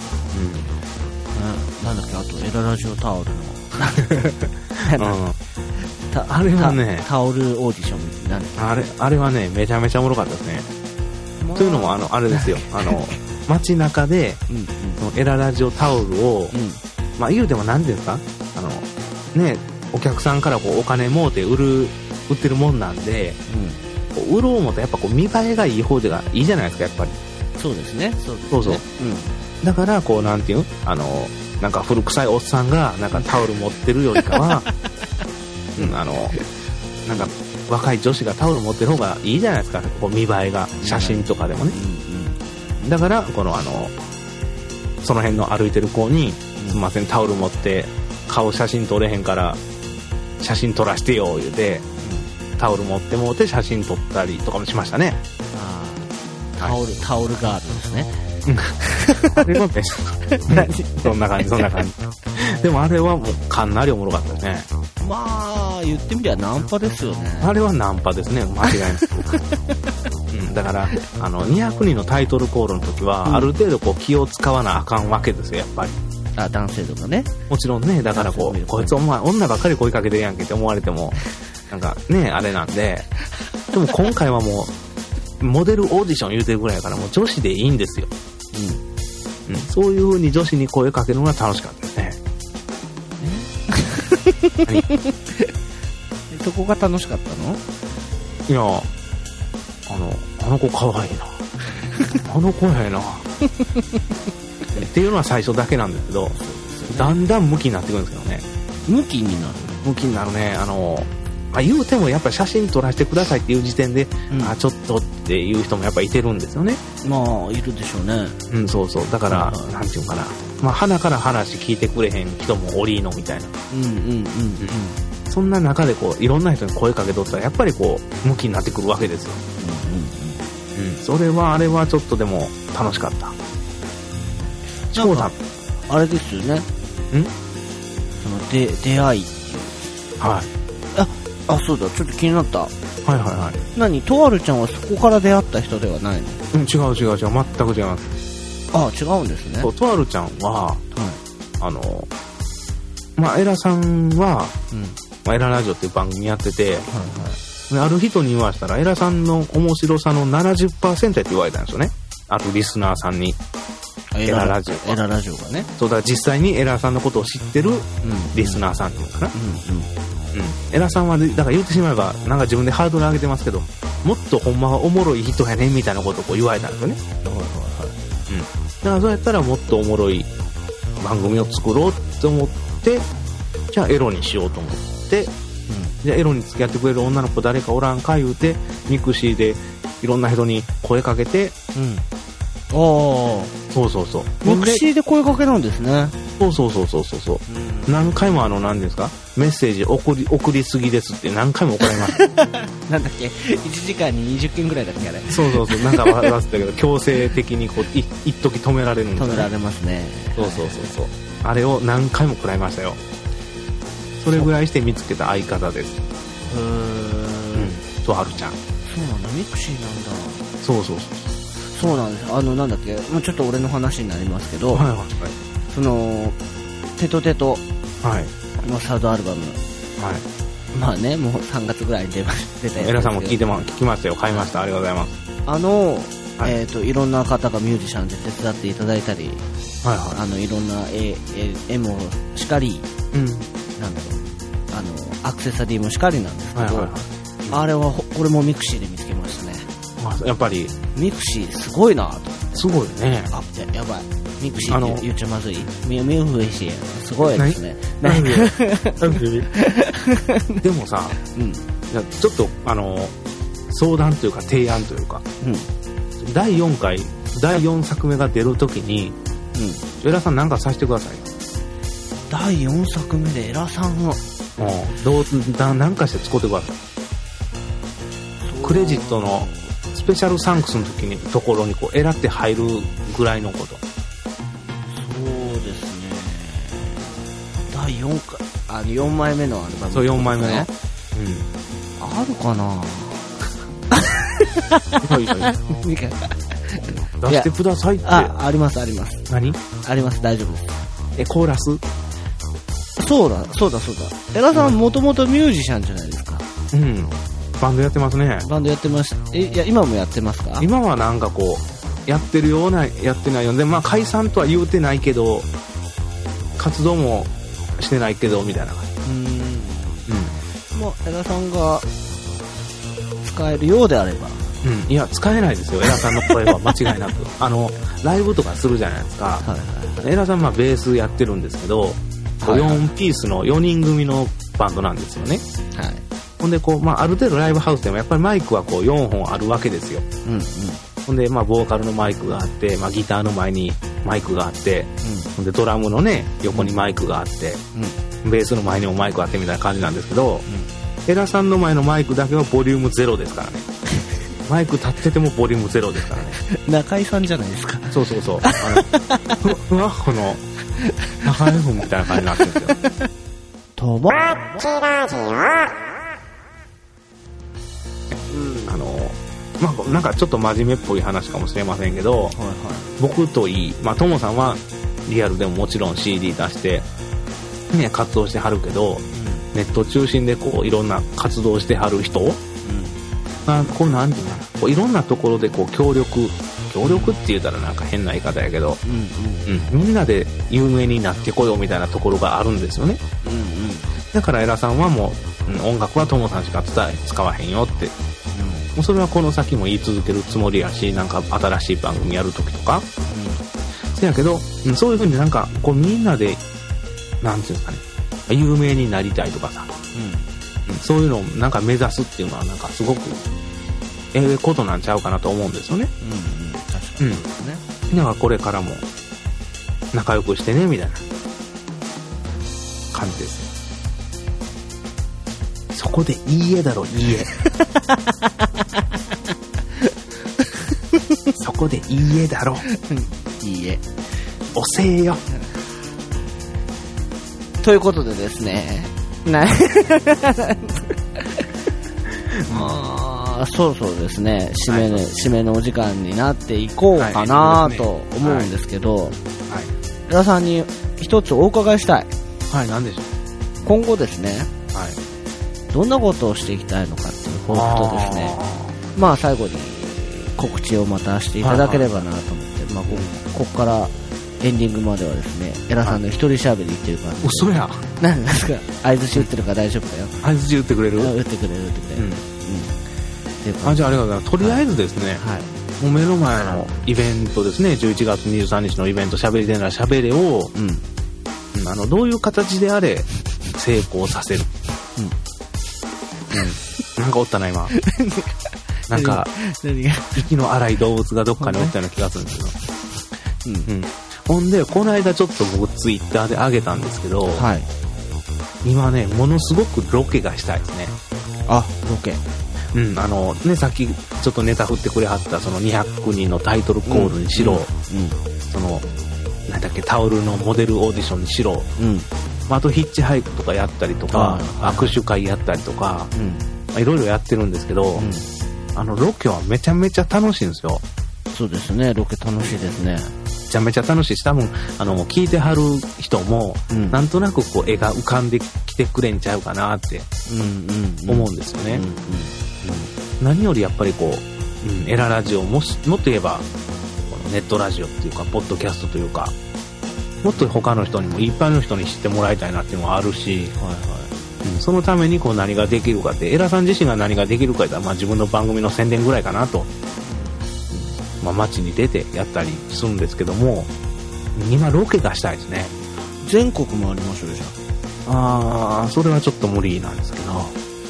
だっけ、あとエララジオタオルの。 あれはね、 タオルオーディションみたいな。 あれはね、めちゃめちゃおもろかったですね。というのも、あれですよ。街中で、エララジオタオルを、まあ言うても何ていうんですか、ね、お客さんからこうお金もうて売ってるもんなんで、こう売ろうもとやっぱこう見栄えがいい方がいいじゃないですか、やっぱり。 そうですね。 だからこうなんていうなんか古臭いおっさんがなんかタオル持ってるよりかは、なんか若い女子がタオル持ってる方がいいじゃないですか、こう見栄えが、写真とかでもね。だからこのその辺の歩いてる子に、すみませんタオル持って顔写真撮れへんから写真撮らしてよ言うて、タオル持ってもうて写真撮ったりとかもしましたね。 タオルガールですね。 あれはベスト。そんな感じ。でもあれはもうかなりおもろかったですね。 まあ言ってみりゃナンパですよね。 あれはナンパですね、間違いなく。だから200人のタイトルコールの時は、ある程度こう気を使わなあかんわけですよ、やっぱり。 男性とかね。 もちろんね、だからこいつお前女ばっかり声かけてるやんけって思われてもなんかね、あれなんで。でも今回はもうモデルオーディション言うてるぐらいやから、もう女子でいいんですよ。そういう風に女子に声かけるのが楽しかったですね。 そこが楽しかったの？ いや、あの子可愛いな。あの子やな。っていうのは最初だけなんですけど、だんだん向きになってくるんですけどね。 向きになるね。言うてもやっぱり写真撮らせてくださいっていう時点で、ちょっとっていう人もやっぱいてるんですよね。 まあいるでしょうね。 そうだから、なんていうかな、 まあ鼻から話聞いてくれへん人もおりーのみたいな。そんな中でこういろんな人に声かけとったらやっぱりこう向きになってくるわけですよ。それはあれはちょっとでも楽しかった。 なんかあれですよね。その出会い。はい。そうだ、ちょっと気になった。何、とあるちゃんはそこから出会った人ではないの？ 違う、全く違います。 違うんですね。 とあるちゃんは、まあエラさんは、エララジオっていう番組やってて、ある人に言わしたらエラさんの面白さの 70% やって言われたんですよね。あとリスナーさんに。エララジオがね。そうだ、実際にエラさんのことを知ってるリスナーさんっていうのかな。エラさんはだから言ってしまえばなんか自分でハードル上げてますけど、もっとほんまはおもろい人やねみたいなことをこう言われたんですよね。だからそうやったらもっとおもろい番組を作ろうと思って、じゃあエロにしようと思って、じゃあエロに付き合ってくれる女の子誰かおらんか言うて、ミクシーでいろんな人に声かけて、そうミクシーで声かけなんですね。 そう。何回も何ですか、メッセージ送りすぎですって何回も怒られました。 なんだっけ、1時間に20件ぐらいだっけあれ。 そう、なんか忘れたけど強制的にこう一時止められるんですよね。 止められますね。 そう。あれを何回も食らいましたよ。それぐらいして見つけた相方です。とはるちゃん。 そうなんだ、ミクシーなんだ。そうなんです。なんだっけ、ちょっと俺の話になりますけど、そのテトテトのサードアルバム、まあね、もう3月ぐらいに出たやつですけど、 エラさんも聞きましたよ。買いました。ありがとうございます。 いろんな方がミュージシャンで手伝っていただいたり、いろんな絵もしかり、なんだろう、アクセサリーもしかりなんですけど、あれはこれもミクシーで見つけましたね。 やっぱりミクシーすごいなと。 すごいね。 やばい、ミクシーって言っちゃまずい。ミクシーすごいですね。 でもさ、ちょっと相談というか提案というか、第4作目が出るときに、エラさんなんかさせてくださいよ。 第4作目でエラさんをなんかして使ってください。クレジットのスペシャルサンクスの時にところにこうエラって入るぐらいのこと。 そうですね。第4枚目のアルバム、ね。 そう、4枚目の。 あるかな。 出してくださいって。 あります。 何？ あります、大丈夫です。 コーラス？ そうだ。エラさんもともとミュージシャンじゃないですか。 バンドやってますね。 バンドやってます。いや、今もやってますか？ 今はなんかこうやってるようなやってないようで、まあ解散とは言うてないけど活動もしてないけどみたいな感じ。 もうエラさんが使えるようであれば。 いや、使えないですよ、エラさんの声は間違いなく。ライブとかするじゃないですか。エラさんはベースやってるんですけど、4ピースの4人組のバンドなんですよね。ほんでこう、ある程度ライブハウスでもやっぱりマイクはこう4本あるわけですよ。ほんでボーカルのマイクがあって、ギターの前にマイクがあって、ほんでドラムのね横にマイクがあって、ベースの前にもマイクがあってみたいな感じなんですけど、エラさんの前のマイクだけはボリューム0ですからね。マイク立っててもボリューム0ですからね。 中井さんじゃないですか。 そうふわっほの中井君みたいな感じになってるんですよ。 ともっちラジオ。 なんかちょっと真面目っぽい話かもしれませんけど、僕といい、ともさんはリアルでももちろん CD 出してね活動してはるけど、ネット中心でこういろんな活動してはる人、こうなんていうの、こういろんなところでこう協力って言うたらなんか変な言い方やけど、みんなで有名になってこようみたいなところがあるんですよね。だからエラさんはもう、音楽はともさんしか使わへんよって、もうそれはこの先も言い続けるつもりやし、なんか新しい番組やるときとか、せやけど、そういう風になんかこうみんなでなんていうんですかね、有名になりたいとかさ、そういうのをなんか目指すっていうのはなんかすごくことなんちゃうかなと思うんですよね。 確かにね。 だからこれからも仲良くしてねみたいな感じですよ。そこでいいえだろ、いいえそこでいいえだろいいえ押せよということでですねそろそろですね締めのお時間になっていこうかなと思うんですけど、江田さんに一つお伺いしたい。 はい、何でしょう。 今後ですね、 はい、 どんなことをしていきたいのかっていう抱負とですね、まあ最後に告知をまたしていただければなと思って、まあここからエンディングまではですね、江田さんの一人喋りっていう感じで。 嘘や。 何ですか。相づち打ってるから大丈夫だよ。 相づち打ってくれる？ 打ってくれる。 じゃあありがとうございます。とりあえずですね、もう目の前のイベントですね、11月23日のイベント、喋りでなら喋れを、どういう形であれ成功させる。なんかおったな今。なんか息の荒い動物がどっかにおったような気がするんですけど。ほんでこの間ちょっと僕ツイッターで上げたんですけど、今ねものすごくロケがしたいですね。 あ、ロケ。 さっきちょっとネタ振ってくれはったその200人のタイトルコールにしろ、そのなんだっけタオルのモデルオーディションにしろ、あとヒッチハイクとかやったりとか、握手会やったりとか、いろいろやってるんですけど、ロケはめちゃめちゃ楽しいんですよ。 そうですね、ロケ楽しいですね。 めちゃめちゃ楽しいし、多分聞いてはる人も、なんとなくこう絵が浮かんできてくれんちゃうかなって思うんですよね。何よりやっぱりこう、エララジオもっと言えばこのネットラジオっていうかポッドキャストというか、もっと他の人にもいっぱいの人に知ってもらいたいなっていうのがあるし、そのためにこう何ができるかって、エラさん自身が何ができるかって、自分の番組の宣伝ぐらいかなと、街に出てやったりするんですけども、今ロケがしたいですね。 全国もありましょうじゃあ。それはちょっと無理なんですけど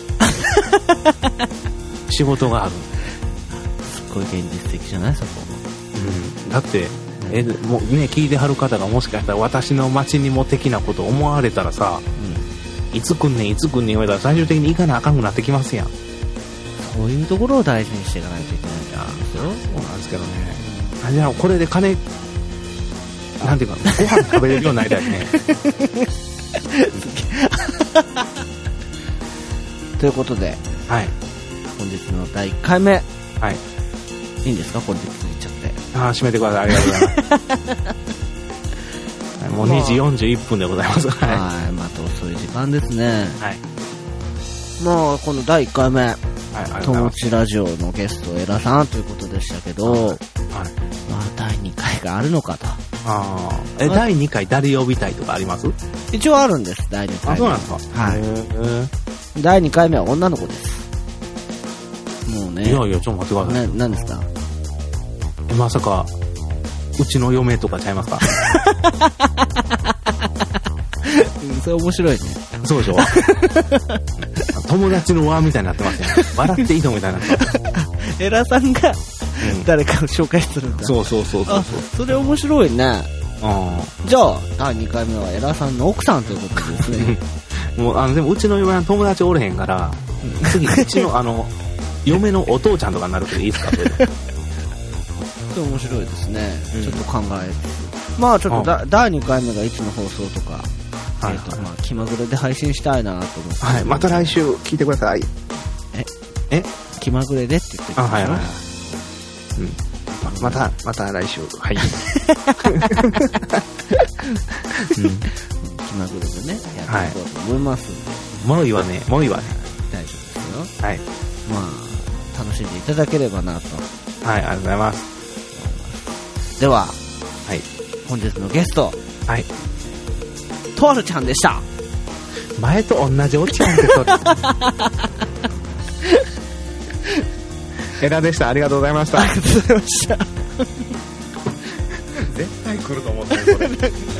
仕事がある。 すっごい現実的じゃないそこ。 だってもうね、聞いてはる方がもしかしたら私の街にも的なこと思われたらさ、いつ来んねん言われたら最終的に行かなあかんくなってきますやん。 そういうところを大事にしていかないといけないんですよ。 そうなんですけどね。じゃあこれで金なんていうかご飯食べれるようになりたいねということで、本日の第1回目、いいんですか、これで続いちゃって。 締めてください。ありがとうございますもう2時41分でございます。 また遅い時間ですね。この第1回目、ともちラジオのゲストエラさんということでしたけど、第2回があるのかと。 第2回誰呼びたいとかあります？ 一応あるんです、第2回。 そうなんですか。 第2回目は女の子です。もうね。 いやいや、ちょっと待ってください。 何ですか？ まさかうちの嫁とかちゃいますか？ それ面白いね。 そうでしょ友達の輪みたいになってますよね。笑っていいのみたいになってます。 エラさんが誰かを紹介するんだ。 そう。 それ面白いね。じゃあ第2回目はエラさんの奥さんということですね。 もうでもうちの嫁は友達おれへんから、次うちの嫁のお父ちゃんとかになるけどいいですか？それでそれ面白いですね。ちょっと考えて、ちょっと第2回目がいつの放送とか、気まぐれで配信したいなと思って。 また来週聞いてください。 気まぐれでって言ってください。 また来週。 気まぐれでね、やっていこうと思いますんで。 もういいわね。 大丈夫ですよ。楽しんでいただければなと。 ありがとうございます。 では、本日のゲスト、とあるちゃんでした。 前と同じオチなんでそれ。エラでした。ありがとうございました。 ありがとうございました。 絶対来ると思ってるこれ。